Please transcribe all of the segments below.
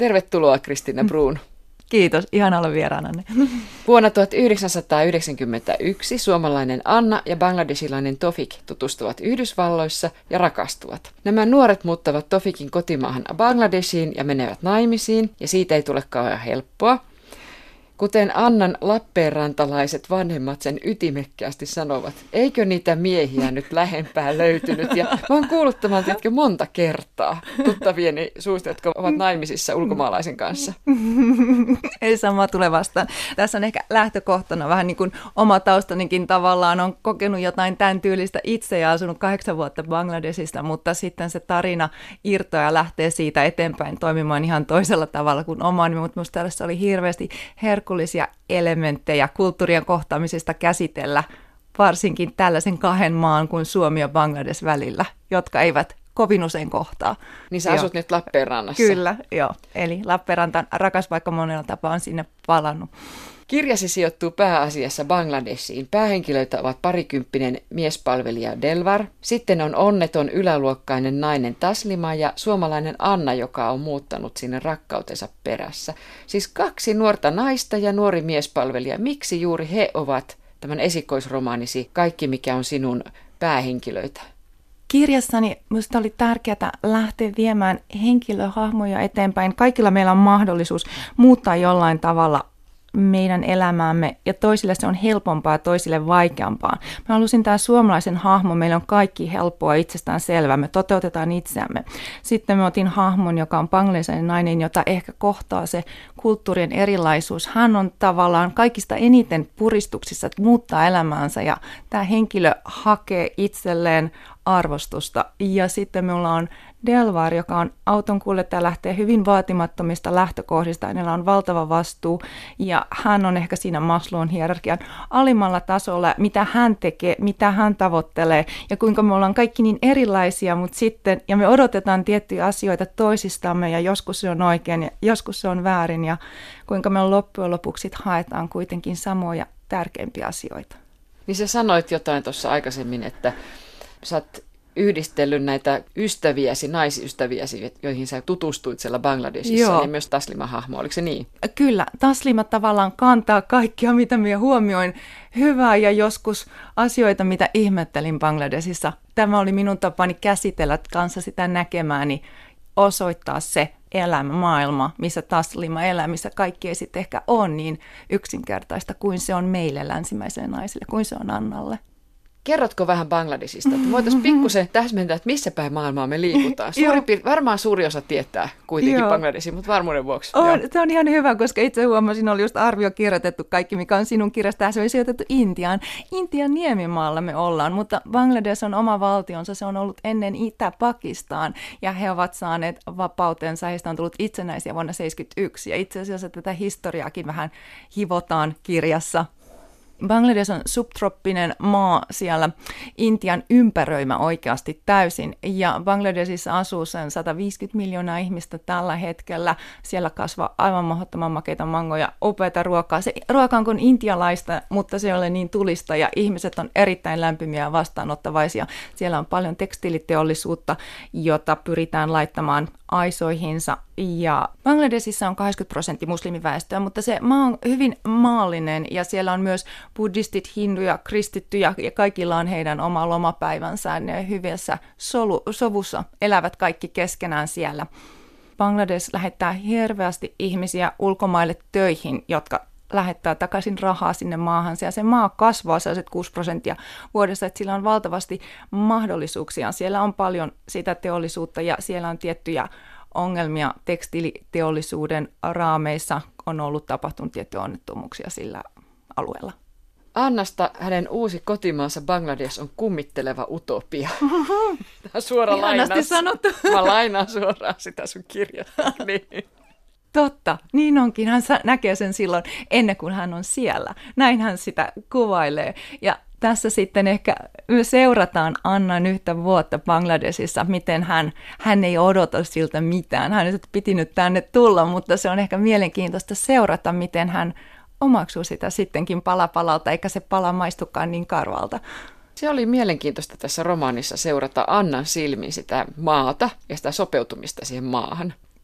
Tervetuloa Kristiina Bruun. Kiitos, ihana olla vieraananne. Vuonna 1991 suomalainen Anna ja bangladesilainen Tofik tutustuvat Yhdysvalloissa ja rakastuvat. Nämä nuoret muuttavat Tofikin kotimaahan Bangladesiin ja menevät naimisiin, ja siitä ei tule kauhean helppoa. Kuten Annan lappeenrantalaiset vanhemmat sen ytimekkäästi sanovat, eikö niitä miehiä nyt lähempää löytynyt? Ja mä oon kuullut tämän monta kertaa tuttavieni suusta, jotka ovat naimisissa ulkomaalaisen kanssa. Ei sama tule vastaan. Tässä on ehkä lähtökohtana vähän niin kuin oma taustanikin tavallaan on kokenut jotain tämän tyylistä itse ja asunut 8 vuotta Bangladesista, mutta sitten se tarina irtoaa ja lähtee siitä eteenpäin toimimaan ihan toisella tavalla kuin omaani, mutta minusta tällaisessa oli hirveästi herkullisia elementtejä kulttuurien kohtaamisesta käsitellä, varsinkin tällaisen 2 maan kuin Suomi ja Bangladesh välillä, jotka eivät kovin usein kohtaa. Niin sä asut nyt Lappeenrannassa. Kyllä, joo. Eli Lappeenranta on rakas, vaikka monella tapaa on sinne palannut. Kirjasi sijoittuu pääasiassa Bangladeshiin. Päähenkilöitä ovat parikymppinen miespalvelija Delvar, sitten on onneton yläluokkainen nainen Taslima ja suomalainen Anna, joka on muuttanut sinne rakkautensa perässä. Siis 2 nuorta naista ja nuori miespalvelija. Miksi juuri he ovat tämän esikoisromaanisi Kaikki, mikä on sinun päähenkilöitä? Kirjassani minusta oli tärkeää lähteä viemään henkilöhahmoja eteenpäin. Kaikilla meillä on mahdollisuus muuttaa jollain tavalla meidän elämäämme, ja toisille se on helpompaa ja toisille vaikeampaa. Mä halusin tämän suomalaisen hahmon, meillä on kaikki helppoa, itsestään selvää, me toteutetaan itseämme. Sitten me otin hahmon, joka on bangladeshilainen nainen, jota ehkä kohtaa se kulttuurien erilaisuus. Hän on tavallaan kaikista eniten puristuksissa, että muuttaa elämäänsä, ja tämä henkilö hakee itselleen arvostusta. Ja sitten minulla on Delvar, joka on autonkuljettaja, lähtee hyvin vaatimattomista lähtökohdista. Hänellä on valtava vastuu ja hän on ehkä siinä Maslown hierarkian alimmalla tasolla, mitä hän tekee, mitä hän tavoittelee ja kuinka me ollaan kaikki niin erilaisia, mutta sitten, ja me odotetaan tiettyjä asioita toisistamme ja joskus se on oikein ja joskus se on väärin ja kuinka me loppujen lopuksi haetaan kuitenkin samoja tärkeimpiä asioita. Niin sä sanoit jotain tuossa aikaisemmin, että sä oot yhdistellyt näitä ystäviäsi, naisystäviäsi, joihin sä tutustuit siellä Bangladesissa, Joo. niin myös Taslima-hahmo, oliko se niin? Kyllä, Taslima tavallaan kantaa kaikkia, mitä minä huomioin hyvää ja joskus asioita, mitä ihmettelin Bangladesissa. Tämä oli minun tapani käsitellä kanssa sitä näkemääni, osoittaa se elämä, maailma, missä Taslima elää, missä kaikki ei sitten ehkä ole niin yksinkertaista kuin se on meille länsimäiselle naisille, kuin se on Annalle. Kerrotko vähän Bangladesista? Voitaisiin pikkusen täsmentää, että missä päin maailmaa me liikutaan. Varmaan suuri osa tietää kuitenkin Bangladesin, mutta varmuuden vuoksi. Se on ihan hyvä, koska itse huomasin, oli just arvio kirjoitettu kaikki, mikä on sinun kirjasta. Se oli sijoitettu Intiaan. Intian niemimaalla me ollaan, mutta Bangladesh on oma valtionsa. Se on ollut ennen Itä-Pakistaan ja he ovat saaneet vapautensa. Heistä on tullut itsenäisiä vuonna 1971 ja itse asiassa tätä historiaakin vähän hivotaan kirjassa. Bangladesh on subtrooppinen maa siellä, Intian ympäröimä oikeasti täysin, ja Bangladesissa asuu sen 150 miljoonaa ihmistä tällä hetkellä. Siellä kasvaa aivan mahdottoman makeita mangoja, upeata ruokaa. Se ruoka on kuin intialaista, mutta se ei ole niin tulista, ja ihmiset on erittäin lämpimiä ja vastaanottavaisia. Siellä on paljon tekstiiliteollisuutta, jota pyritään laittamaan aisoihinsa, ja Bangladesissa on 80% muslimiväestöä, mutta se maa on hyvin maallinen, ja siellä on myös buddhistit, hinduja, kristittyjä, ja kaikilla on heidän oma lomapäivänsä, ne hyvässä sovussa elävät kaikki keskenään siellä. Bangladesh lähettää hirveästi ihmisiä ulkomaille töihin, jotka lähettää takaisin rahaa sinne maahansa, ja se maa kasvaa sellaiset 6% vuodessa, että sillä on valtavasti mahdollisuuksia. Siellä on paljon sitä teollisuutta, ja siellä on tiettyjä ongelmia tekstiiliteollisuuden raameissa, on ollut tapahtunut tiettyjä onnettomuuksia sillä alueella. Annasta hänen uusi kotimaansa Bangladesh on kummitteleva utopia. Tämä on suora lainaus. Sanottu. Mä lainaan suoraan sitä sun kirjasta. Niin. Totta, niin onkin. Hän näkee sen silloin ennen kuin hän on siellä. Näin hän sitä kuvailee. Ja tässä sitten ehkä seurataan Annan yhtä vuotta Bangladesissa, miten hän ei odota siltä mitään. Hän piti nyt tänne tulla, mutta se on ehkä mielenkiintoista seurata, miten hän omaksuu sitä sittenkin pala palalta, eikä se pala maistukaan niin karvalta. Se oli mielenkiintoista tässä romaanissa seurata Annan silmin sitä maata ja sitä sopeutumista siihen maahan.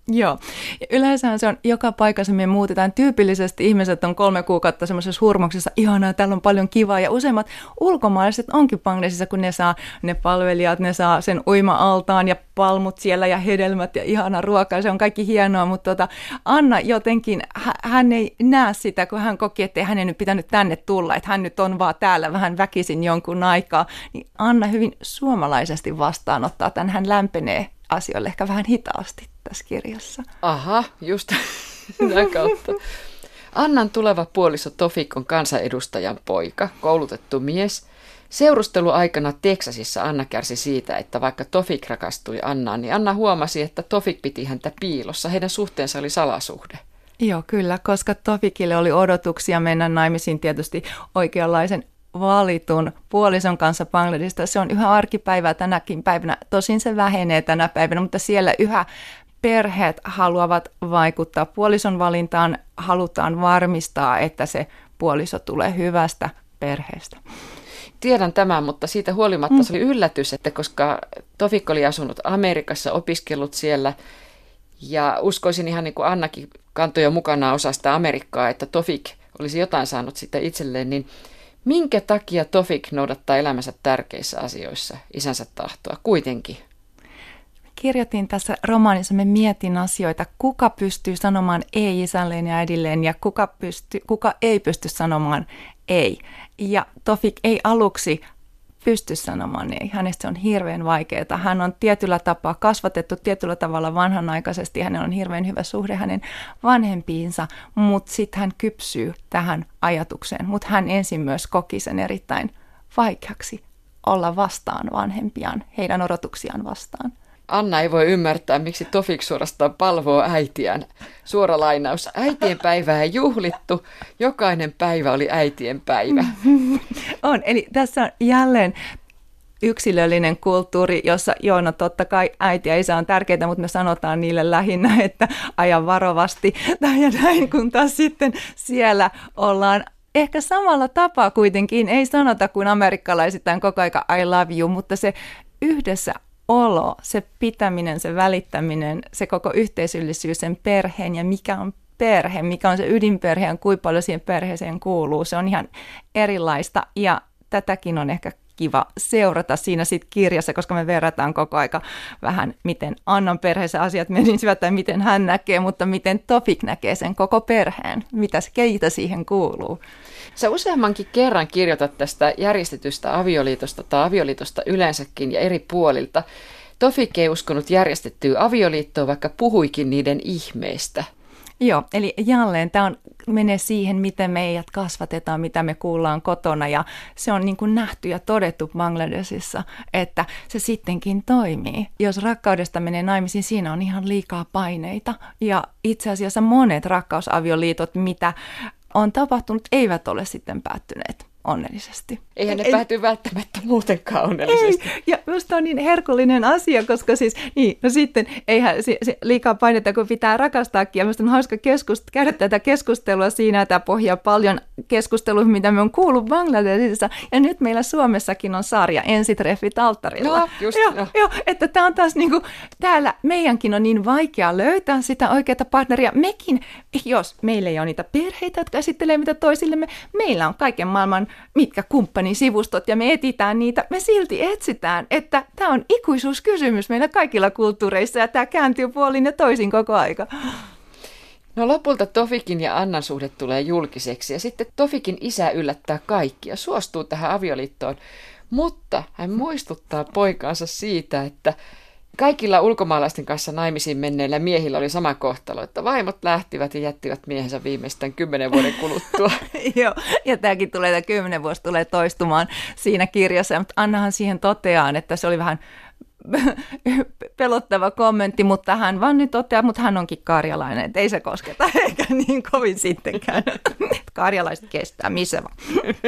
Joo. Ja yleensähän se on joka paikassa, me muutetaan. Tyypillisesti ihmiset on 3 kuukautta semmoisessa hurmoksessa, ihanaa, täällä on paljon kivaa. Ja useimmat ulkomaalaiset onkin Bangladesissa, kun ne saa ne palvelijat, ne saa sen uima-altaan ja palmut siellä ja hedelmät ja ihana ruoka. Se on kaikki hienoa, mutta Anna jotenkin, hän ei näe sitä, kun hän koki, että ei hänen nyt pitänyt tänne tulla, että hän nyt on vaan täällä vähän väkisin jonkun aikaa. Niin Anna hyvin suomalaisesti vastaanottaa tämän, hän lämpenee asioille ehkä vähän hitaasti tässä kirjassa. Aha, just sitä kautta. Annan tuleva puoliso Tofik on kansanedustajan poika, koulutettu mies. Seurusteluaikana Teksasissa Anna kärsi siitä, että vaikka Tofik rakastui Annaan, niin Anna huomasi, että Tofik piti häntä piilossa. Heidän suhteensa oli salasuhde. Joo, kyllä, koska Tofikille oli odotuksia mennä naimisiin tietysti oikeanlaisen valitun puolison kanssa Bangladesista. Se on yhä arkipäivää tänäkin päivänä. Tosin se vähenee tänä päivänä, mutta siellä yhä perheet haluavat vaikuttaa puolison valintaan. Halutaan varmistaa, että se puoliso tulee hyvästä perheestä. Tiedän tämän, mutta siitä huolimatta se oli yllätys, että koska Tofik oli asunut Amerikassa, opiskellut siellä ja uskoisin ihan niin kuin Annakin kantoi jo mukana osa sitä Amerikkaa, että Tofik olisi jotain saanut sitä itselleen, niin minkä takia Tofik noudattaa elämänsä tärkeissä asioissa isänsä tahtoa kuitenkin? Kirjoitin tässä romaanissa, me mietin asioita, kuka pystyy sanomaan ei isälleen ja äidilleen ja kuka ei pysty sanomaan ei. Ja Tofik ei aluksi pysty sanomaan ei. Hänestä se on hirveän vaikeaa. Hän on tietyllä tapaa kasvatettu tietyllä tavalla vanhanaikaisesti. Hänellä on hirveän hyvä suhde hänen vanhempiinsa, mutta sitten hän kypsyy tähän ajatukseen. Mutta hän ensin myös koki sen erittäin vaikeaksi olla vastaan vanhempiaan, heidän odotuksiaan vastaan. Anna ei voi ymmärtää, miksi Tofik suorastaan palvoo äitiään. Suora lainaus. Äitien päivää ei juhlittu. Jokainen päivä oli äitien päivä. On, eli tässä on jälleen yksilöllinen kulttuuri, jossa no totta kai äiti ja isä on tärkeitä, mutta me sanotaan niille lähinnä, että aja varovasti ja näin, kun taas sitten siellä ollaan ehkä samalla tapaa kuitenkin, ei sanota kuin amerikkalaisittain koko aika I love you, mutta se yhdessä olo, se pitäminen, se välittäminen, se koko yhteisöllisyys, sen perheen ja mikä on perhe, mikä on se ydinperhe ja kuinka paljon siihen perheeseen kuuluu, se on ihan erilaista ja tätäkin on ehkä kiva seurata siinä sit kirjassa, koska me verrataan koko aika vähän, miten Annan perheessä asiat menisivät tai miten hän näkee, mutta miten Tofik näkee sen koko perheen, keitä siihen kuuluu. Sä useammankin kerran kirjoitat tästä järjestetystä avioliitosta tai avioliitosta yleensäkin ja eri puolilta. Tofik ei uskonut järjestettyä avioliittoa, vaikka puhuikin niiden ihmeestä. Joo, eli jälleen tämä menee siihen, miten meidät kasvatetaan, mitä me kuullaan kotona ja se on niin kuin nähty ja todettu Bangladesissa, että se sittenkin toimii. Jos rakkaudesta menee naimisiin, siinä on ihan liikaa paineita ja itse asiassa monet rakkausavioliitot, mitä on tapahtunut, eivät ole sitten päättyneet onnellisesti. Eihän ne pääty välttämättä muutenkaan onnellisesti. Ei, ja minusta on niin herkullinen asia, koska siis, no sitten eihän se liikaa painetta, kun pitää rakastaakin. Ja minusta on hauska käydä tätä keskustelua siinä, että pohjaa paljon keskustelua, mitä me on kuullut Bangladesissa. Ja nyt meillä Suomessakin on sarja Ensitreffit alttarilla. No, just, joo, että tämä on taas niin kuin, täällä meidänkin on niin vaikea löytää sitä oikeaa partneria. Mekin, jos meillä ei ole niitä perheitä, jotka esittelee mitä toisillemme, meillä on kaiken maailman mitkä kumppanisivustot ja me etsitään niitä, me silti etsitään, että tämä on ikuisuuskysymys meillä kaikilla kulttuureissa ja tämä kääntyy puolin ja toisin koko aika. No lopulta Tofikin ja Annan suhde tulee julkiseksi ja sitten Tofikin isä yllättää kaikki ja suostuu tähän avioliittoon, mutta hän muistuttaa poikaansa siitä, että kaikilla ulkomaalaisten kanssa naimisiin menneillä miehillä oli sama kohtalo, että vaimot lähtivät ja jättivät miehensä viimeistään 10 vuoden kuluttua. Joo, ja tämäkin tulee, tämä 10 vuotta tulee toistumaan siinä kirjassa, mutta Annahan siihen toteaa, että se oli vähän pelottava kommentti, mutta hän vaan nyt toteaa, mutta hän onkin karjalainen, että ei se kosketa eikä niin kovin sittenkään. Karjalaiset kestää, missä vaan.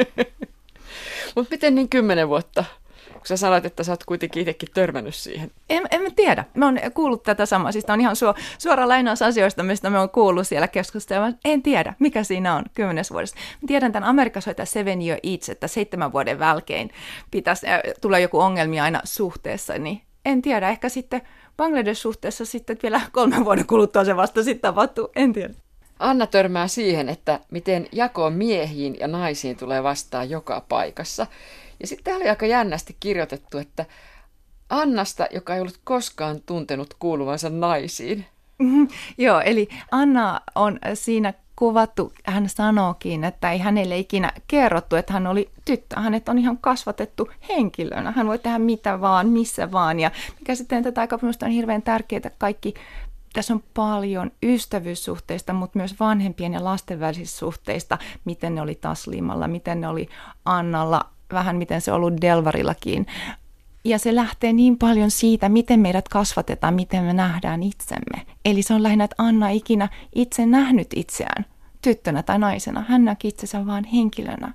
Mutta miten niin 10 vuotta? Kun sä sanoit, että sä oot kuitenkin itsekin törmännyt siihen. En mä tiedä. Mä oon kuullut tätä samaa. Siis on ihan suora lainaus asioista, mistä mä oon kuullut siellä keskustelua. En tiedä, mikä siinä on 10 vuodessa. Mä tiedän tämän Amerikassa hoitaa 7 year each, että 7 vuoden välein pitäisi tulla joku ongelmia aina suhteessa. Niin en tiedä, ehkä sitten Bangladesh-suhteessa sitten vielä 3 vuoden kuluttua se vasta sitten tapahtuu, en tiedä. Anna törmää siihen, että miten jako miehiin ja naisiin tulee vastaan joka paikassa. Ja sitten oli aika jännästi kirjoitettu, että Annasta, joka ei ollut koskaan tuntenut kuuluvansa naisiin. Joo, eli Anna on siinä kuvattu, hän sanookin, että ei hänelle ikinä kerrottu, että hän oli tyttö. Hänet on ihan kasvatettu henkilönä. Hän voi tehdä mitä vaan, missä vaan. Ja mikä sitten tätä aika minusta on hirveän tärkeää, kaikki. Tässä on paljon ystävyyssuhteista, mutta myös vanhempien ja lasten välisistä suhteista, miten ne oli Taslimalla, miten ne oli Annalla, vähän miten se on ollut Delvarillakin. Ja se lähtee niin paljon siitä, miten meidät kasvatetaan, miten me nähdään itsemme. Eli se on lähinnä, että Anna ikinä itse nähnyt itseään tyttönä tai naisena. Hän näki itsensä vaan henkilönä.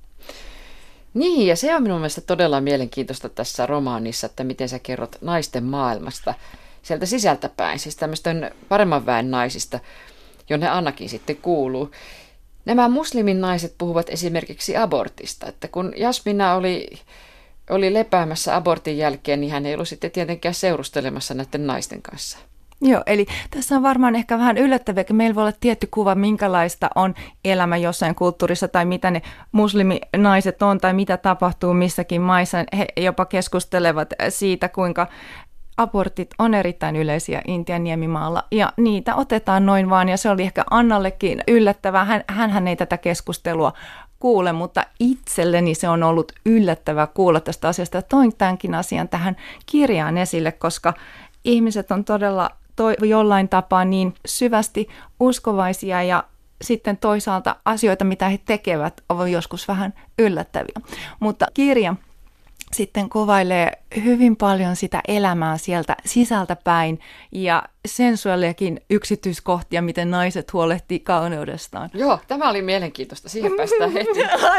Niin, ja se on minun mielestä todella mielenkiintoista tässä romaanissa, että miten sä kerrot naisten maailmasta sieltä sisältäpäin, siis tämmöisten paremman väen naisista, jonne Annakin sitten kuuluu. Nämä muslimin naiset puhuvat esimerkiksi abortista, että kun Jasmina oli lepäämässä abortin jälkeen, niin hän ei ollut sitten tietenkään seurustelemassa näiden naisten kanssa. Joo, eli tässä on varmaan ehkä vähän yllättävää, että meillä voi olla tietty kuva, minkälaista on elämä jossain kulttuurissa tai mitä ne musliminaiset on tai mitä tapahtuu missäkin maissa. He jopa keskustelevat siitä, kuinka abortit on erittäin yleisiä Intian niemimaalla ja niitä otetaan noin vaan ja se oli ehkä Annallekin yllättävää. Hänhän ei tätä keskustelua kuule, mutta itselleni se on ollut yllättävää kuulla tästä asiasta ja toin tämänkin asian tähän kirjaan esille, koska ihmiset on todella jollain tapaa niin syvästi uskovaisia ja sitten toisaalta asioita, mitä he tekevät, ovat joskus vähän yllättäviä. Mutta kirja sitten kuvailee hyvin paljon sitä elämää sieltä sisältä päin ja sensuaaliakin yksityiskohtia, miten naiset huolehtii kauneudestaan. Joo, tämä oli mielenkiintoista. Siihen päästään heti.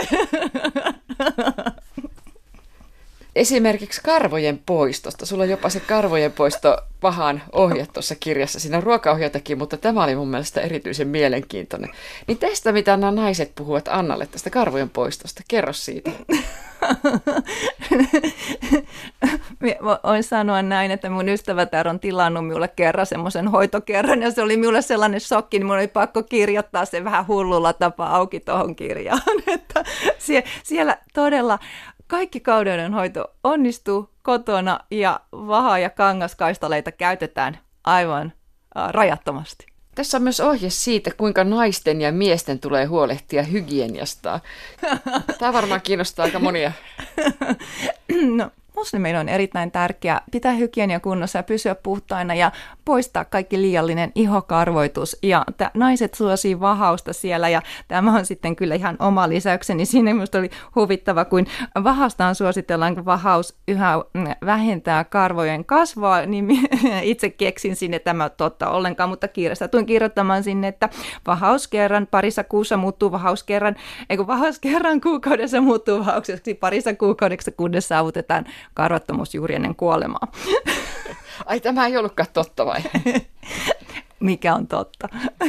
Esimerkiksi karvojen poistosta. Sulla on jopa se karvojen poisto pahan ohje tuossa kirjassa. Siinä on ruokaohjeitakin, mutta tämä oli mun mielestä erityisen mielenkiintoinen. Niin tästä, mitä nämä naiset puhuvat Annalle tästä karvojen poistosta. Kerro siitä. Voin sanoa näin, että mun ystävätär on tilannut minulle kerran semmoisen hoitokerran ja se oli minulle sellainen shokki, niin mun oli pakko kirjoittaa se vähän hullulla tapaa auki tuohon kirjaan. Että siellä todella kaikki kauneudenhoito onnistuu kotona ja vaha- ja kangaskaistaleita käytetään aivan rajattomasti. Tässä on myös ohje siitä, kuinka naisten ja miesten tulee huolehtia hygieniasta. Tämä varmaan kiinnostaa aika monia. No, muslimeille on erittäin tärkeää pitää hygienia kunnossa ja pysyä puhtaina ja poistaa kaikki liiallinen ihokarvoitus. Ja naiset suosii vahausta siellä ja tämä on sitten kyllä ihan oma lisäykseni. Siinä minusta oli huvittava, kun vahaustaan suositellaan, kun vahaus yhä vähentää karvojen kasvua, niin itse keksin sinne tämä totta ollenkaan, mutta kiireessä tuin kirjoittamaan sinne, että vahaus kerran parissa kuussa muuttuu vahaus kerran kuukaudessa muuttuu vahaukseksi parissa kuukaudessa, kunnes saavutetaan karvattomuus juuri ennen kuolemaa. Ai, tämä ei ollutkaan totta vai? Mikä on totta?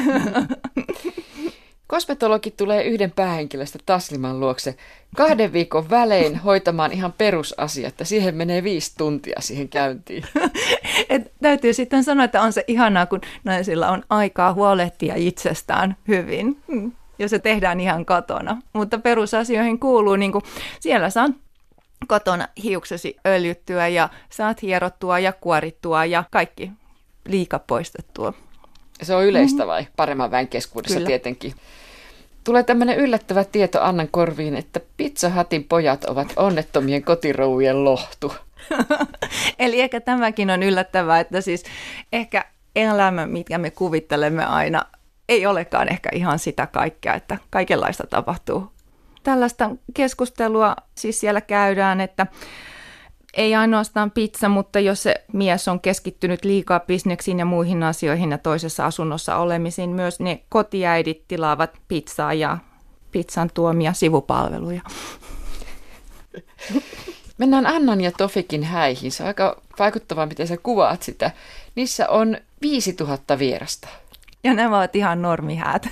Kosmetologi tulee yhden päähenkilöstä Tasliman luokse 2 viikon välein hoitamaan ihan perusasiat. Siihen menee 5 tuntia siihen käyntiin. Täytyy sitten sanoa, että on se ihanaa, kun naisilla on aikaa huolehtia itsestään hyvin. Ja se tehdään ihan kotona. Mutta perusasioihin kuuluu, niin kuin siellä saa kotona hiuksesi öljyttyä ja saat hierottua ja kuorittua ja kaikki liika poistettua. Se on yleistä vai? Paremman väen keskuudessa Kyllä. Tietenkin. Tulee tämmöinen yllättävä tieto Annan korviin, että Pizza Hutin pojat ovat onnettomien kotirouvien lohtu. Eli ehkä tämäkin on yllättävää, että siis ehkä elämä, mitkä me kuvittelemme aina, ei olekaan ehkä ihan sitä kaikkea, että kaikenlaista tapahtuu. Tällaista keskustelua siis siellä käydään, että ei ainoastaan pizza, mutta jos se mies on keskittynyt liikaa bisneksiin ja muihin asioihin ja toisessa asunnossa olemisiin, myös ne kotiäidit tilaavat pizzaa ja pizzan tuomia sivupalveluja. Mennään Annan ja Tofikin häihin. Se on aika vaikuttavaa, miten sä kuvaat sitä. Niissä on 5000 vierasta. Ja nämä ovat ihan normihäät.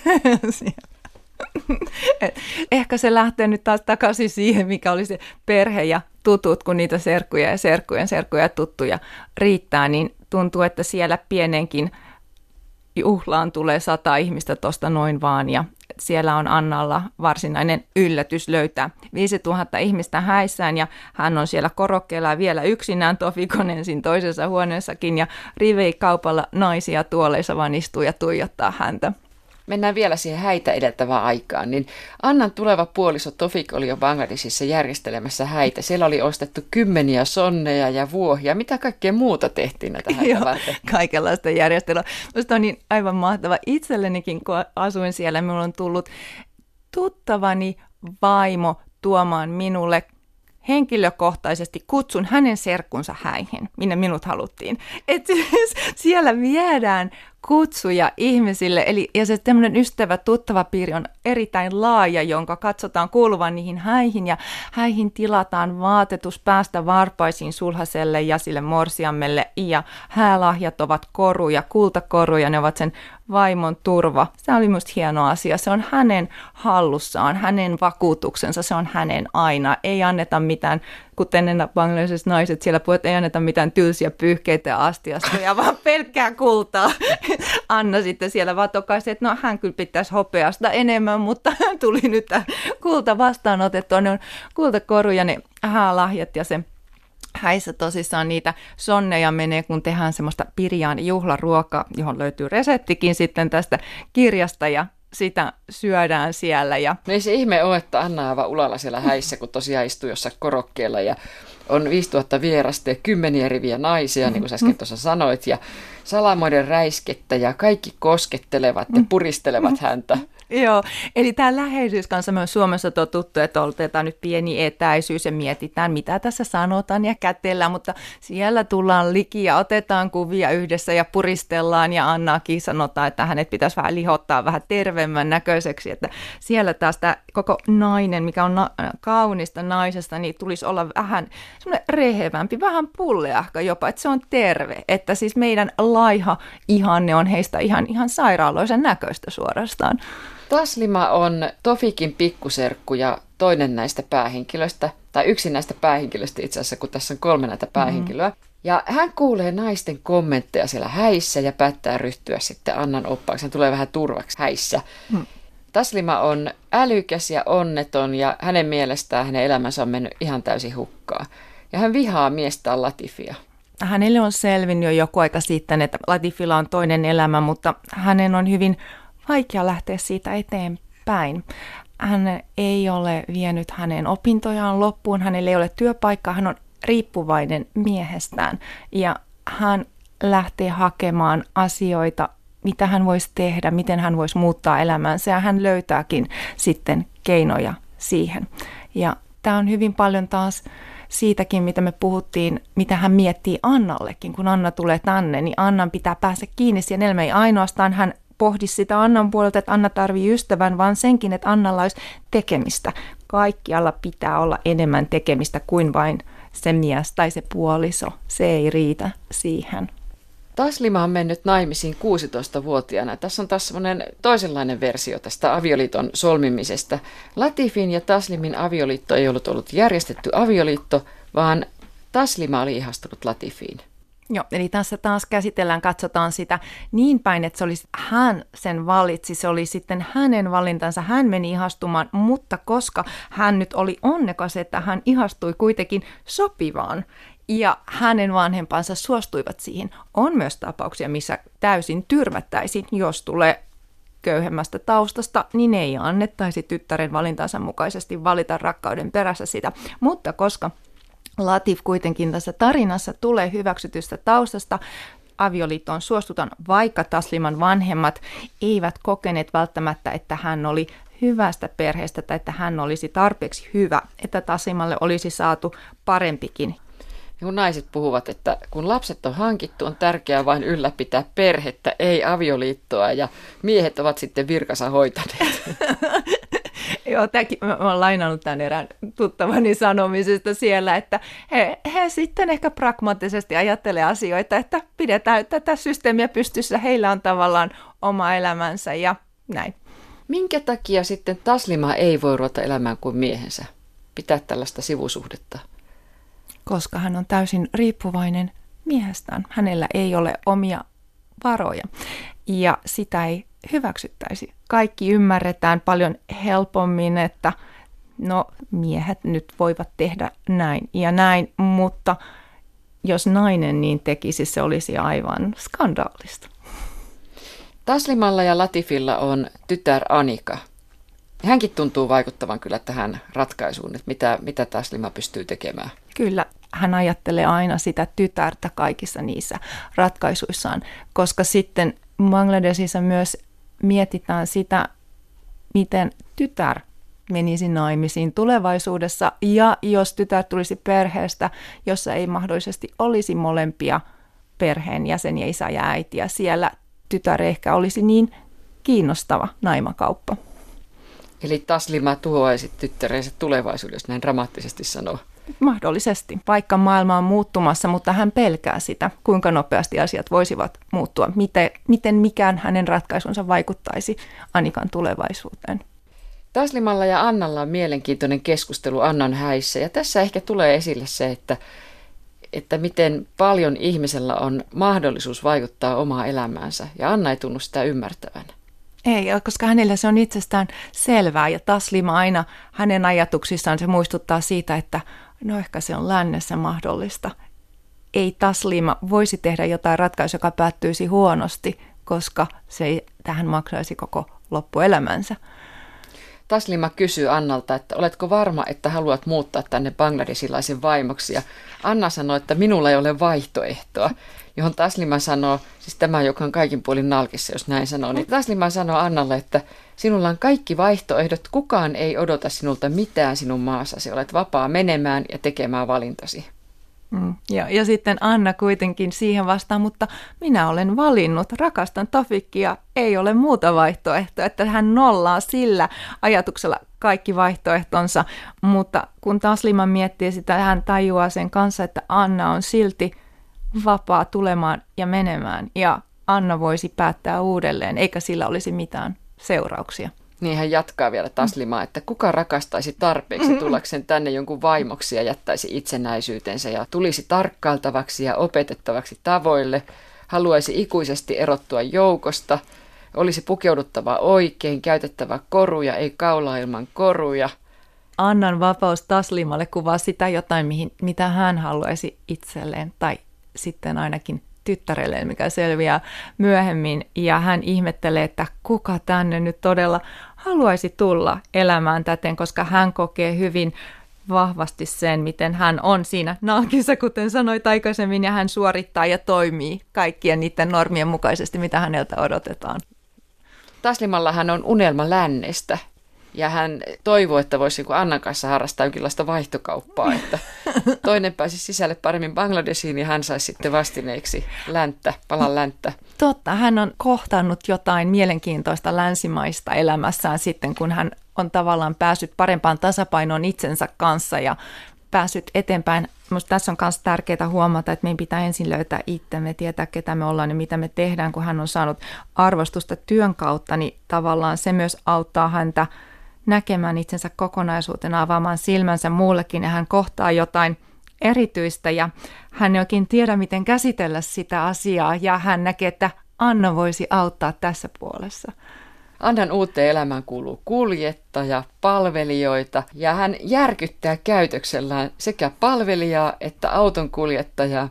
Ehkä se lähtee nyt taas takaisin siihen, mikä oli se perhe ja tutut, kun niitä serkkuja ja serkkuja tuttuja riittää, niin tuntuu, että siellä pienenkin juhlaan tulee 100 ihmistä tuosta noin vaan ja siellä on Annalla varsinainen yllätys löytää 5000 ihmistä häissään ja hän on siellä korokkeella vielä yksinään, Tofik on ensin toisessa huoneessakin ja riveikaupalla naisia tuoleissa vaan istuu ja tuijottaa häntä. Mennään vielä siihen häitä edeltävään aikaan, niin Annan tuleva puoliso Tofik oli jo Bangladesissa järjestelemässä häitä. Siellä oli ostettu kymmeniä sonneja ja vuohia. Mitä kaikkea muuta tehtiin näitä häitä varten? Kaikenlaista järjestelyä. Minusta on niin aivan mahtava. Itsellenikin, kun asuin siellä, minulla on tullut tuttavani vaimo tuomaan minulle henkilökohtaisesti kutsun hänen serkkunsa häihin, minne minut haluttiin. Et siis siellä viedään kutsuja ihmisille, ja se tämmöinen ystävä, tuttava piiri on erittäin laaja, jonka katsotaan kuuluvan niihin häihin, ja häihin tilataan vaatetus päästä varpaisiin sulhaselle ja sille morsiammelle, ja häälahjat ovat koruja, kultakoruja, ne ovat sen vaimon turva. Se oli musta hieno asia, se on hänen hallussaan, hänen vakuutuksensa, se on hänen aina, ei anneta mitään, kuten ne bangladeshiset naiset siellä puhuvat, ei anneta mitään tylsiä pyyhkeitä astiasta, vaan pelkkää kultaa. Anna sitten siellä vaan tokaisi, että no hän kyllä pitäisi hopeasta enemmän, mutta tuli nyt kulta vastaanotettua. Ne on kultakoruja, ne häälahjat ja se häissä tosissaan niitä sonneja menee, kun tehdään semmoista pirjaan juhlaruokaa, johon löytyy reseptikin sitten tästä kirjasta ja sitä syödään siellä. Ja no ei se ihme ole, että Anna on aivan ulalla siellä häissä, kun tosiaan istuu jossain korokkeella ja on 5000 vierasta ja 10 riviä naisia, niin kuin sä äsken tuossa sanoit, ja salamoiden räiskettä ja kaikki koskettelevat ja puristelevat häntä. Joo, eli tämä läheisyys kanssa me on Suomessa totuttu, että otetaan nyt pieni etäisyys ja mietitään, mitä tässä sanotaan ja kätellään, mutta siellä tullaan liki ja otetaan kuvia yhdessä ja puristellaan ja Annaakin sanotaan, että hänet pitäisi vähän lihottaa vähän terveemmän näköiseksi, että siellä taas tämä koko nainen, mikä on kaunista naisesta, niin tulisi olla vähän semmoinen rehevämpi, vähän pulleahka jopa, että se on terve, että siis meidän laiha ihanne on heistä ihan sairaaloisen näköistä suorastaan. Taslima on Tofikin pikkuserkku ja toinen näistä päähenkilöistä, tai yksi näistä päähenkilöistä itse asiassa, kun tässä on 3 näitä päähenkilöä. Ja hän kuulee naisten kommentteja siellä häissä ja päättää ryhtyä sitten Annan oppaaksi. Hän tulee vähän turvaksi häissä. Taslima on älykäs ja onneton ja hänen mielestään hänen elämänsä on mennyt ihan täysin hukkaan. Ja hän vihaa miestään Latifia. Hänelle on selvinnyt jo joku aika sitten, että Latifilla on toinen elämä, mutta hänen on hyvin vaikea lähteä siitä eteenpäin. Hän ei ole vienyt hänen opintojaan loppuun, hänellä ei ole työpaikkaa, hän on riippuvainen miehestään ja hän lähtee hakemaan asioita, mitä hän voisi tehdä, miten hän voisi muuttaa elämänsä ja hän löytääkin sitten keinoja siihen. Ja tämä on hyvin paljon taas siitäkin, mitä me puhuttiin, mitä hän miettii Annallekin, kun Anna tulee tänne, niin Annan pitää päästä kiinni siihen elämään. Ei ainoastaan hän pohdi sitä Annan puolelta, että Anna tarvii ystävän, vaan senkin, että Annalla olisi tekemistä. Kaikkialla pitää olla enemmän tekemistä kuin vain se mies tai se puoliso. Se ei riitä siihen. Taslima on mennyt naimisiin 16-vuotiaana. Tässä on taas semmoinen toisenlainen versio tästä avioliiton solmimisesta. Latifin ja Taslimin avioliitto ei ollut järjestetty avioliitto, vaan Taslima oli ihastunut Latifiin. Joo, eli tässä taas katsotaan sitä niin päin, että se olisi hän sen valitsi, se oli sitten hänen valintansa, hän meni ihastumaan, mutta koska hän nyt oli onnekas, että hän ihastui kuitenkin sopivaan ja hänen vanhempansa suostuivat siihen, on myös tapauksia, missä täysin tyrmättäisiin, jos tulee köyhemmästä taustasta, niin ei annettaisi tyttären valintansa mukaisesti valita rakkauden perässä sitä, mutta koska Latif kuitenkin tässä tarinassa tulee hyväksytystä taustasta, avioliittoon suostutaan, vaikka Tasliman vanhemmat eivät kokeneet välttämättä, että hän oli hyvästä perheestä tai että hän olisi tarpeeksi hyvä, että Taslimalle olisi saatu parempikin. Ja kun naiset puhuvat, että kun lapset on hankittu, on tärkeää vain ylläpitää perhettä, ei avioliittoa, ja miehet ovat sitten virkansa hoitaneet. Joo, mä olen lainannut tämän erään tuttavani sanomisesta siellä, että he sitten ehkä pragmaattisesti ajattelee asioita, että pidetään tätä systeemiä pystyssä, heillä on tavallaan oma elämänsä ja näin. Minkä takia sitten Taslima ei voi ruveta elämään kuin miehensä? Pitää tällaista sivusuhdetta? Koska hän on täysin riippuvainen miehestään. Hänellä ei ole omia varoja ja sitä ei hyväksyttäisi. Kaikki ymmärretään paljon helpommin, että no miehet nyt voivat tehdä näin ja näin, mutta jos nainen niin tekisi, se olisi aivan skandaalista. Taslimalla ja Latifilla on tytär Anika. Hänkin tuntuu vaikuttavan kyllä tähän ratkaisuun, että mitä Taslima pystyy tekemään. Kyllä, hän ajattelee aina sitä tytärtä kaikissa niissä ratkaisuissaan, koska sitten Bangladesissa myös mietitään sitä, miten tytär menisi naimisiin tulevaisuudessa ja jos tytär tulisi perheestä, jossa ei mahdollisesti olisi molempia perheenjäseniä, isä ja äitiä, siellä tytär ehkä olisi niin kiinnostava naimakauppa. Eli Taslima tuhoaisi tyttärensä tulevaisuudessa, näin dramaattisesti sanoo. Mahdollisesti, vaikka maailma on muuttumassa, mutta hän pelkää sitä, kuinka nopeasti asiat voisivat muuttua, miten mikään hänen ratkaisunsa vaikuttaisi Anikan tulevaisuuteen. Taslimalla ja Annalla on mielenkiintoinen keskustelu Annan häissä ja tässä ehkä tulee esille se, että miten paljon ihmisellä on mahdollisuus vaikuttaa omaa elämäänsä ja Anna ei tunnu sitä ymmärtävän. Ei, koska hänellä se on itsestään selvää ja Taslima aina hänen ajatuksissaan se muistuttaa siitä, että no ehkä se on lännessä mahdollista. Ei Taslima voisi tehdä jotain ratkaisua, joka päättyisi huonosti, koska se ei tähän maksaisi koko loppuelämänsä. Taslima kysyy Annalta, että oletko varma, että haluat muuttaa tänne bangladesilaisen vaimoksi. Ja Anna sanoo, että minulla ei ole vaihtoehtoa, johon Taslima sanoo, siis tämä, joka on kaikin puolin nalkissa, jos näin sanoo, niin Taslima sanoo Annalle, että sinulla on kaikki vaihtoehdot, kukaan ei odota sinulta mitään sinun maassasi, olet vapaa menemään ja tekemään valintasi. Ja sitten Anna kuitenkin siihen vastaa, mutta minä olen valinnut, rakastan Tofikia, ei ole muuta vaihtoehtoa, että hän nollaa sillä ajatuksella kaikki vaihtoehtonsa, mutta kun Taslima miettii sitä, hän tajuaa sen kanssa, että Anna on silti vapaa tulemaan ja menemään ja Anna voisi päättää uudelleen, eikä sillä olisi mitään seurauksia. Niin hän jatkaa vielä Taslimaa, että kuka rakastaisi tarpeeksi tullakseen tänne jonkun vaimoksi ja jättäisi itsenäisyytensä ja tulisi tarkkailtavaksi ja opetettavaksi tavoille, haluaisi ikuisesti erottua joukosta, olisi pukeuduttava oikein, käytettävä koruja, ei kaulaa ilman koruja. Annan vapaus Taslimalle kuvaa sitä jotain, mitä hän haluaisi itselleen tai sitten ainakin tyttärelleen, mikä selviää myöhemmin, ja hän ihmettelee, että kuka tänne nyt todella haluaisi tulla elämään täten, koska hän kokee hyvin vahvasti sen, miten hän on siinä nalkissa, kuten sanoit aikaisemmin, ja hän suorittaa ja toimii kaikkien niiden normien mukaisesti, mitä häneltä odotetaan. Taslimalla hän on unelma lännestä. Ja hän toivoo, että voisi Annan kanssa harrastaa jonkinlaista vaihtokauppaa, että toinen pääsisi sisälle paremmin Bangladesiin ja hän saisi sitten vastineeksi palan länttä. Totta, hän on kohtannut jotain mielenkiintoista länsimaista elämässään sitten, kun hän on tavallaan päässyt parempaan tasapainoon itsensä kanssa ja päässyt eteenpäin. Minusta tässä on myös tärkeää huomata, että meidän pitää ensin löytää itsemme, tietää ketä me ollaan ja mitä me tehdään, kun hän on saanut arvostusta työn kautta, niin tavallaan se myös auttaa häntä näkemään itsensä kokonaisuutena, avaamaan silmänsä muullekin ja hän kohtaa jotain erityistä ja hän ei oikein tiedä, miten käsitellä sitä asiaa ja hän näkee, että Anna voisi auttaa tässä puolessa. Annan uuteen elämään kuuluu kuljettaja, palvelijoita ja hän järkyttää käytöksellään sekä palvelijaa että autonkuljettajaa.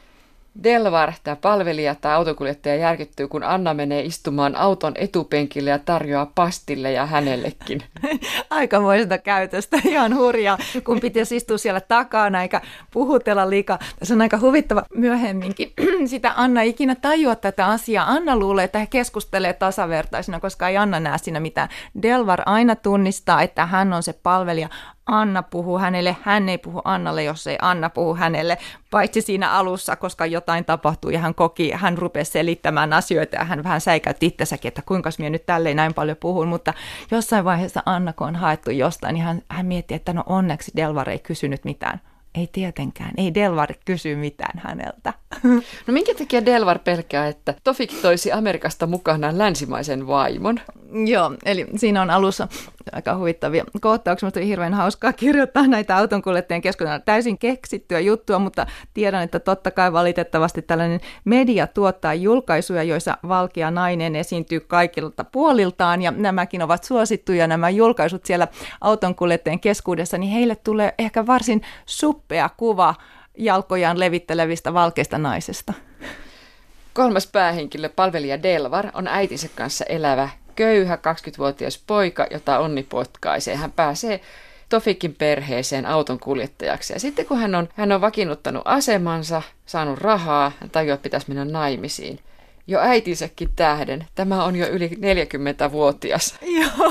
Delvar, tämä palvelija tai autokuljettaja, järkyttyy, kun Anna menee istumaan auton etupenkille ja tarjoaa pastille ja hänellekin. Aikamoista käytöstä, ihan hurjaa, kun pitäisi istua siellä takana eikä puhutella liikaa. Se on aika huvittava myöhemminkin. Sitä Anna ei ikinä tajua tätä asiaa. Anna luulee, että he keskustelee tasavertaisina, koska ei Anna näe siinä mitään. Delvar aina tunnistaa, että hän on se palvelija. Anna puhuu hänelle, hän ei puhu Annalle, jos ei Anna puhu hänelle, paitsi siinä alussa, koska jotain tapahtui ja hän rupesi selittämään asioita ja hän vähän säikäytti itsensäkin, että kuinka minä nyt tälleen näin paljon puhun, mutta jossain vaiheessa Anna, kun on haettu jostain, niin hän mietti, että no onneksi Delvar ei kysynyt mitään. Ei tietenkään, ei Delvar kysy mitään häneltä. No minkä takia Delvar pelkää, että Tofik toisi Amerikasta mukanaan länsimaisen vaimon? Joo, eli siinä on alussa aika huvittavia kohtauksia. Minusta oli hirveän hauskaa kirjoittaa näitä autonkuljettajien keskuudessa. Täysin keksittyä juttua, mutta tiedän, että totta kai valitettavasti tällainen media tuottaa julkaisuja, joissa valkea nainen esiintyy kaikilta puoliltaan, ja nämäkin ovat suosittuja, nämä julkaisut siellä autonkuljettajien keskuudessa, niin heille tulee ehkä varsin suppea kuva jalkojaan levittelevistä valkeista naisesta. Kolmas päähenkilö, palvelija Delvar, on äitinsä kanssa elävä, köyhä 20-vuotias poika, jota onni potkaisee. Hän pääsee Tofikin perheeseen auton kuljettajaksi. Ja sitten kun hän on vakiinnuttanut asemansa, saanut rahaa, hän tajuaa, että pitäisi mennä naimisiin. Jo äitinsäkin tähden. Tämä on jo yli 40-vuotias. Joo,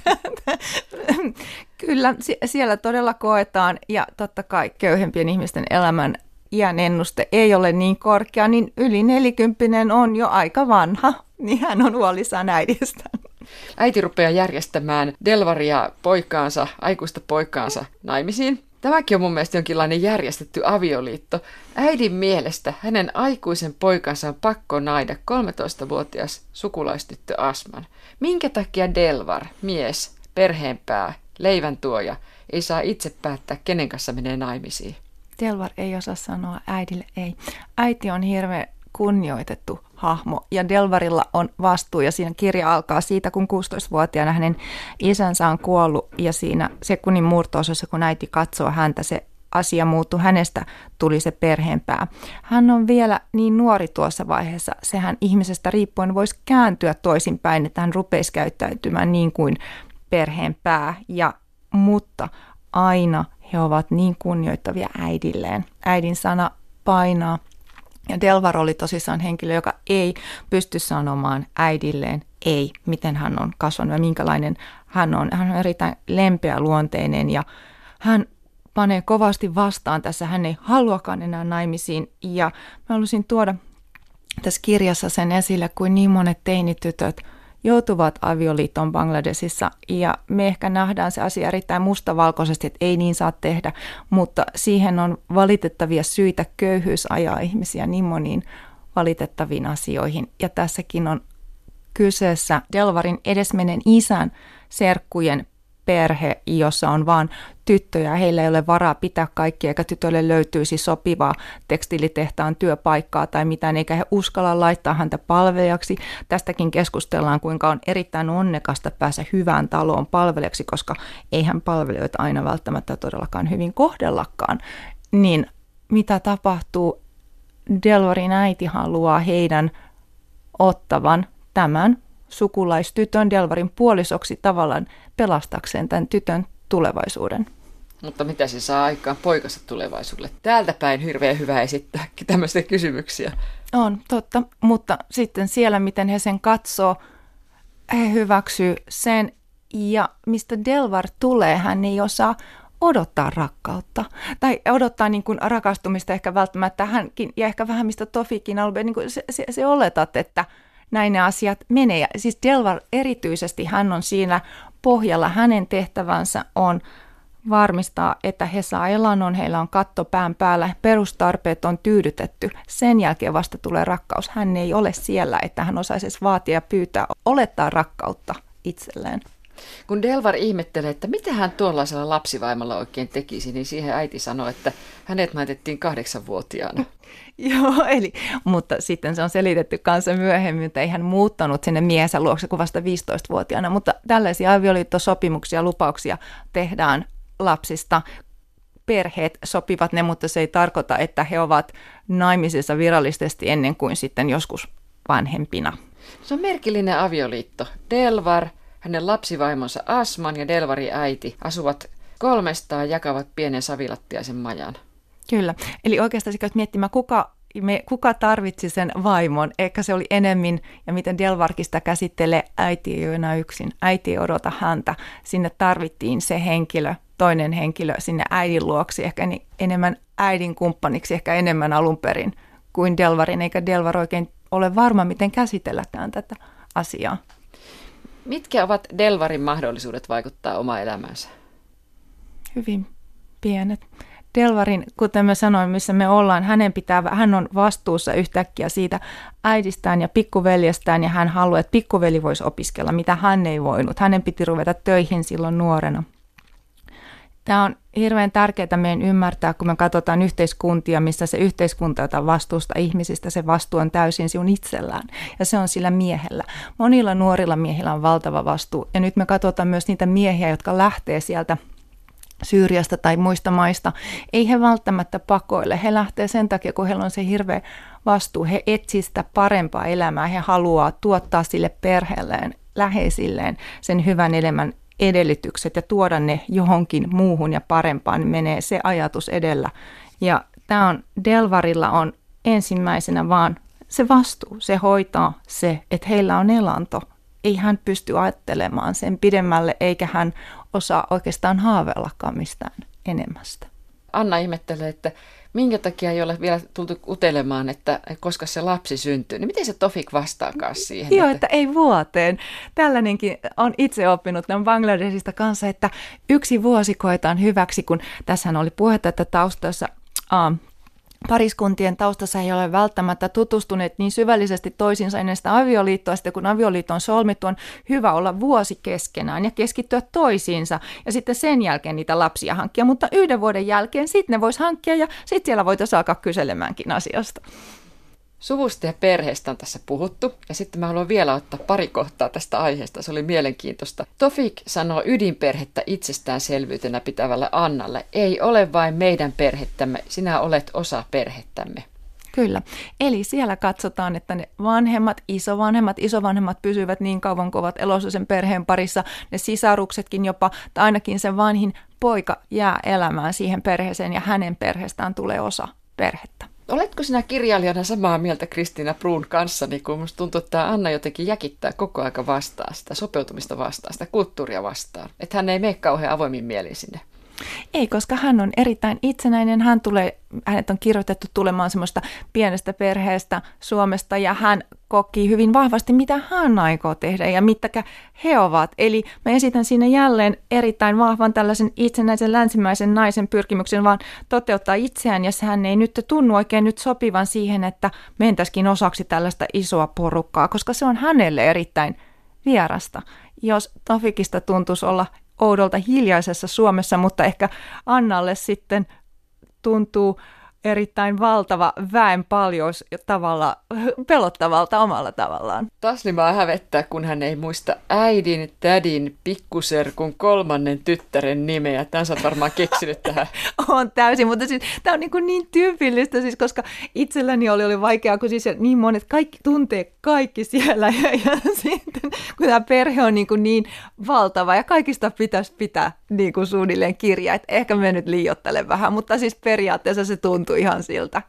kyllä siellä todella koetaan, ja totta kai köyhempien ihmisten elämän iän ennuste ei ole niin korkea, niin yli 40 on jo aika vanha, niin hän on huolissaan äidistään. Äiti rupeaa järjestämään Delvaria poikaansa, aikuista poikaansa naimisiin. Tämäkin on mun mielestä jonkinlainen järjestetty avioliitto. Äidin mielestä hänen aikuisen poikansa on pakko naida 13-vuotias sukulaistyttö Asman. Minkä takia Delvar, mies, perheenpää, leiväntuoja, ei saa itse päättää, kenen kanssa menee naimisiin? Delvar ei osaa sanoa äidille ei. Äiti on hirveän kunnioitettu hahmo, ja Delvarilla on vastuu, ja siinä kirja alkaa siitä, kun 16-vuotiaana hänen isänsä on kuollut, ja siinä sekunnin murto-osassa, kun äiti katsoo häntä, se asia muuttui, hänestä tuli se perheenpää. Hän on vielä niin nuori tuossa vaiheessa, sehän ihmisestä riippuen voisi kääntyä toisinpäin, että hän rupeisi käyttäytymään niin kuin perheenpää, mutta aina he ovat niin kunnioittavia äidilleen. Äidin sana painaa. Ja Delvar oli tosissaan henkilö, joka ei pysty sanomaan äidilleen ei, miten hän on kasvanut ja minkälainen hän on. Hän on erittäin lempeä luonteinen, ja hän panee kovasti vastaan tässä. Hän ei haluakaan enää naimisiin, ja mä halusin tuoda tässä kirjassa sen esille, kuin niin monet teinitytöt joutuvat avioliittoon Bangladesissa, ja me ehkä nähdään se asia erittäin mustavalkoisesti, että ei niin saa tehdä, mutta siihen on valitettavia syitä. Köyhyys ajaa ihmisiä niin moniin valitettaviin asioihin, ja tässäkin on kyseessä Delvarin edesmenen isän serkkujen perhe, jossa on vain tyttöjä. Heillä ei ole varaa pitää kaikkia, eikä tytöille löytyisi sopivaa tekstiilitehtaan työpaikkaa tai mitään, eikä he uskalla laittaa häntä palvelijaksi. Tästäkin keskustellaan, kuinka on erittäin onnekasta päästä hyvään taloon palvelijaksi, koska eihän palvelijoita aina välttämättä todellakaan hyvin kohdellakaan. Niin mitä tapahtuu? Delvarin äiti haluaa heidän ottavan tämän sukulaistytön Delvarin puolisoksi tavallaan pelastakseen tämän tytön tulevaisuuden. Mutta mitä se saa aikaan poikansa tulevaisuudelle? Täältä päin hirveän hyvä esittää tämmöisiä kysymyksiä. On totta, mutta sitten siellä, miten he sen katsoo, he hyväksyy sen, ja mistä Delvar tulee, hän ei osaa odottaa rakkautta. Tai odottaa niin kuin rakastumista ehkä välttämättä hänkin, ja ehkä vähän mistä Tofikin alue, niin kuin se oletat, että näin ne asiat menee. Ja siis Delvar erityisesti, hän on siinä pohjalla. Hänen tehtävänsä on varmistaa, että he saa elannon, heillä on katto pään päällä, perustarpeet on tyydytetty. Sen jälkeen vasta tulee rakkaus. Hän ei ole siellä, että hän osaisi edes vaatia ja pyytää, olettaa rakkautta itselleen. Kun Delvar ihmettelee, että mitä hän tuollaisella lapsivaimolla oikein tekisi, niin siihen äiti sanoi, että hänet naitettiin 8-vuotiaana. Joo, mutta sitten se on selitetty kanssa myöhemmin, että ei hän muuttanut sinne miehensä luokse kuin vasta 15-vuotiaana, mutta tällaisia avioliittosopimuksia ja lupauksia tehdään lapsista. Perheet sopivat ne, mutta se ei tarkoita, että he ovat naimisissa virallisesti ennen kuin sitten joskus vanhempina. Se on merkillinen avioliitto. Delvar, hänen lapsivaimonsa Asman ja Delvarin äiti asuvat 300 jakavat pienen savilattiaisen majan. Kyllä. Eli oikeastaan käyt miettimään, kuka tarvitsi sen vaimon. Eikä se oli enemmän, ja miten Delvarkin sitä käsittelee, äiti ei ole enää yksin. Äiti ei odota häntä. Sinne tarvittiin se henkilö, toinen henkilö sinne äidin luoksi, ehkä enemmän äidin kumppaniksi, ehkä enemmän alun perin kuin Delvarin, eikä Delvar oikein ole varma, miten käsitelläkään tätä asiaa. Mitkä ovat Delvarin mahdollisuudet vaikuttaa omaan elämäänsä? Hyvin pienet. Delvarin, kuten mä sanoin, missä me ollaan, hän on vastuussa yhtäkkiä siitä äidistään ja pikkuveljestään, ja hän haluaa, että pikkuveli voisi opiskella, mitä hän ei voinut. Hänen piti ruveta töihin silloin nuorena. Tämä on hirveän tärkeää meidän ymmärtää, kun me katsotaan yhteiskuntia, missä se yhteiskunta jota vastuusta ihmisistä, se vastuu on täysin sinun itsellään. Ja se on sillä miehellä. Monilla nuorilla miehillä on valtava vastuu. Ja nyt me katsotaan myös niitä miehiä, jotka lähtee sieltä Syyriasta tai muista maista. Ei he välttämättä pakoile. He lähtee sen takia, kun heillä on se hirveä vastuu. He etsivät sitä parempaa elämää. He haluaa tuottaa sille perheelleen, läheisilleen sen hyvän elämän edellytykset ja tuoda ne johonkin muuhun ja parempaan, niin menee se ajatus edellä. Ja tämä on, Delvarilla on ensimmäisenä vaan se vastuu, se hoitaa se, että heillä on elanto. Ei hän pysty ajattelemaan sen pidemmälle, eikä hän osaa oikeastaan haaveillakaan mistään enemmästä. Anna ihmettelee, että minkä takia ei ole vielä tultu utelemaan, että koska se lapsi syntyy, niin miten se Tofik vastaakaan siihen? Joo, että ei vuoteen. Tällainenkin on itse oppinut tämän Bangladesista kanssa, että 1 vuosi koetaan hyväksi, kun tässähän oli puhetta, että taustassa pariskuntien taustassa ei ole välttämättä tutustuneet niin syvällisesti toisiinsa ennen sitä avioliittoa. Sitten kun avioliitto on solmittu, on hyvä olla vuosi keskenään ja keskittyä toisiinsa. Ja sitten sen jälkeen niitä lapsia hankkia. Mutta 1 vuoden jälkeen sitten ne voisi hankkia ja sitten siellä voitaisiin alkaa kyselemäänkin asiasta. Suvusta ja perheestä on tässä puhuttu, ja sitten mä haluan vielä ottaa pari kohtaa tästä aiheesta, se oli mielenkiintoista. Tofik sanoo ydinperhettä itsestäänselvyytenä pitävälle Annalle, ei ole vain meidän perhettämme, sinä olet osa perhettämme. Kyllä, eli siellä katsotaan, että ne isovanhemmat pysyvät niin kauan kuin ovat elossa sen perheen parissa, ne sisaruksetkin jopa, tai ainakin se vanhin poika jää elämään siihen perheeseen ja hänen perheestään tulee osa perhettä. Oletko sinä kirjailijana samaa mieltä Kristiina Bruun kanssani, kun minusta tuntuu, että Anna jotenkin jäkittää koko aika vastaan sitä sopeutumista vastaan, sitä kulttuuria vastaan, että hän ei mene kauhean avoimin mielin sinne? Ei, koska hän on erittäin itsenäinen. Hänet on kirjoitettu tulemaan semmoista pienestä perheestä Suomesta ja hän koki hyvin vahvasti, mitä hän aikoo tehdä ja mitkä he ovat. Eli mä esitän siinä jälleen erittäin vahvan tällaisen itsenäisen länsimäisen naisen pyrkimyksen vaan toteuttaa itseään ja hän ei nyt tunnu oikein nyt sopivan siihen, että mentäisikin osaksi tällaista isoa porukkaa, koska se on hänelle erittäin vierasta. Jos Tofikista tuntuisi olla oudolta hiljaisessa Suomessa, mutta ehkä Annalle sitten tuntuu erittäin valtava väenpaljous tavalla pelottavalta omalla tavallaan. Taslimaa hävettää, kun hän ei muista äidin, tädin, pikkuserkun 3. tyttären nimeä. Tämän sä oot varmaan keksinyt tähän. On täysin, mutta siis, tämä on niin tyypillistä, siis, koska itselläni oli vaikeaa, kun siis niin monet kaikki tuntee kaikki siellä. Ja sitten kun tämä perhe on niin valtava ja kaikista pitäisi pitää niin kuin suunnilleen kirjaa. Et ehkä mä nyt liioittelen vähän, mutta siis periaatteessa se tuntuu ihan siltä.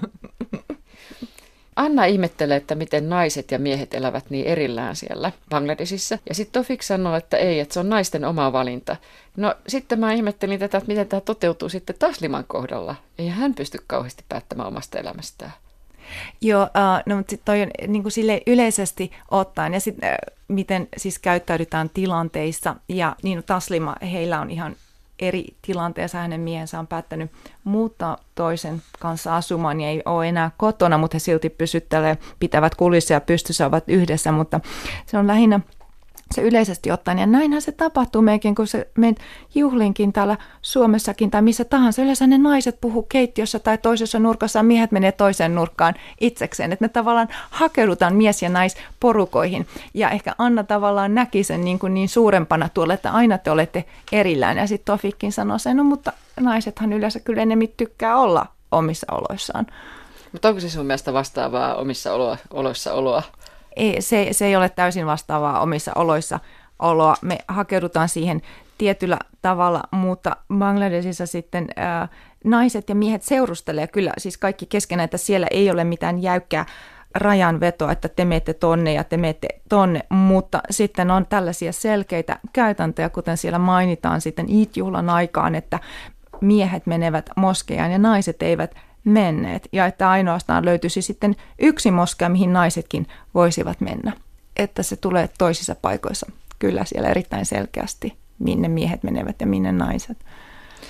Anna ihmettelee, että miten naiset ja miehet elävät niin erillään siellä Bangladesissa. Ja sitten Tofik sanoo, että ei, että se on naisten oma valinta. No sitten mä ihmettelin tätä, että miten tämä toteutuu sitten Tasliman kohdalla. Ei hän pysty kauheasti päättämään omasta elämästään. Joo, no mutta sitten toi on niin kuin silleen yleisesti ottaen ja sitten miten siis käyttäydytään tilanteissa. Ja niin Taslima, heillä on ihan eri tilanteessa, hänen miehensä on päättänyt muuttaa toisen kanssa asumaan ja ei ole enää kotona, mutta he silti pitävät kulisseja pystyssä, ovat yhdessä, mutta se on lähinnä se yleisesti ottaen. Ja näinhän se tapahtuu mekin, kun se menet juhlinkin täällä Suomessakin tai missä tahansa. Yleensä ne naiset puhuu keittiössä tai toisessa nurkassa ja miehet menee toiseen nurkkaan itsekseen. Että me tavallaan hakeudutaan mies- ja naisporukoihin. Ja ehkä Anna tavallaan näki sen niin suurempana tuolla, että aina te olette erillään. Ja sitten Tofikkin sanoi sen, no mutta naisethan yleensä kyllä enemmän tykkää olla omissa oloissaan. Mutta onko se sun mielestä vastaavaa omissa oloissa oloa? Ei, se ei ole täysin vastaavaa omissa oloissa oloa. Me hakeudutaan siihen tietyllä tavalla, mutta Bangladesissa sitten naiset ja miehet seurustelee kyllä, siis kaikki keskenään, että siellä ei ole mitään jäykkää rajanvetoa, että te menette tonne ja te menette tonne, mutta sitten on tällaisia selkeitä käytäntöjä, kuten siellä mainitaan sitten Eid-juhlan aikaan, että miehet menevät moskejaan ja naiset eivät menneet, ja että ainoastaan löytyisi sitten yksi moskea, mihin naisetkin voisivat mennä. Että se tulee toisissa paikoissa kyllä siellä erittäin selkeästi, minne miehet menevät ja minne naiset.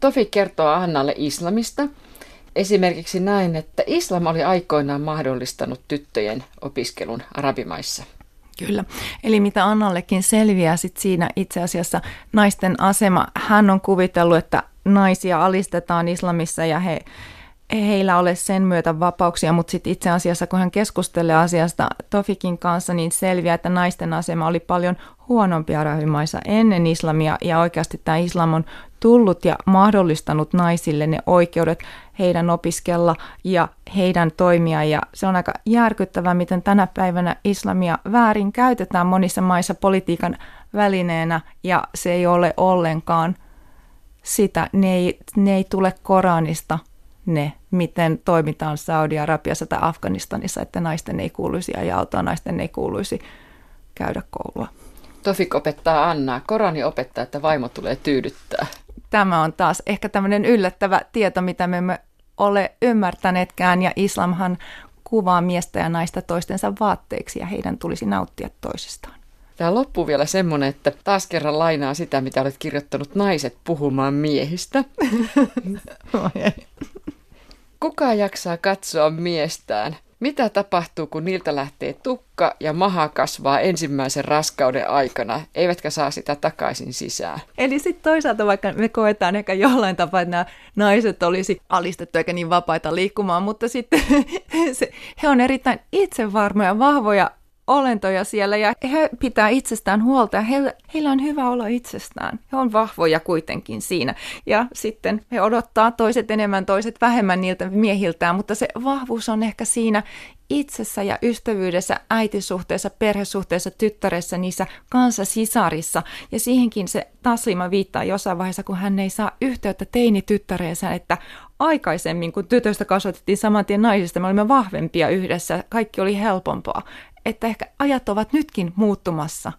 Tofik kertoo Annalle islamista. Esimerkiksi näin, että islam oli aikoinaan mahdollistanut tyttöjen opiskelun arabimaissa. Kyllä. Eli mitä Annallekin selviää sit siinä itse asiassa naisten asema. Hän on kuvitellut, että naisia alistetaan islamissa ja heillä ole sen myötä vapauksia, mutta sitten itse asiassa kun hän keskustelee asiasta Tofikin kanssa, niin selviää, että naisten asema oli paljon huonompi arabimaissa ennen islamia ja oikeasti tämä islam on tullut ja mahdollistanut naisille ne oikeudet heidän opiskella ja heidän toimia ja se on aika järkyttävää, miten tänä päivänä islamia väärin käytetään monissa maissa politiikan välineenä ja se ei ole ollenkaan sitä, ne ei tule Koranista miten toimitaan Saudi-Arabiassa tai Afganistanissa, että naisten ei kuuluisi ajautua, naisten ei kuuluisi käydä koulua. Tofik opettaa Annaa. Korani opettaa, että vaimo tulee tyydyttää. Tämä on taas ehkä tämmöinen yllättävä tieto, mitä me emme ole ymmärtäneetkään, ja islamhan kuvaa miestä ja naista toistensa vaatteiksi, ja heidän tulisi nauttia toisistaan. Tämä loppuu vielä semmoinen, että taas kerran lainaa sitä, mitä olet kirjoittanut Naiset puhumaan miehistä. Kuka jaksaa katsoa miestään? Mitä tapahtuu, kun niiltä lähtee tukka ja maha kasvaa ensimmäisen raskauden aikana, eivätkä saa sitä takaisin sisään? Eli sitten toisaalta vaikka me koetaan ehkä jollain tapaa, että nämä naiset olisi alistettu eikä niin vapaita liikkumaan, mutta sitten he on erittäin itsevarmoja, vahvoja olentoja siellä ja he pitää itsestään huolta ja heillä on hyvä olla itsestään. He on vahvoja kuitenkin siinä ja sitten he odottaa toiset enemmän, toiset vähemmän niiltä miehiltään, mutta se vahvuus on ehkä siinä itsessä ja ystävyydessä, äitisuhteessa, perhesuhteessa, tyttäressä, niissä kanssasisarissa. Ja siihenkin se Taslima viittaa jossain vaiheessa, kun hän ei saa yhteyttä teinityttäreensä, että aikaisemmin, kun tytöistä kasvatettiin saman tien naisista, me olimme vahvempia yhdessä, kaikki oli helpompaa. Että ehkä ajat ovat nytkin muuttumassa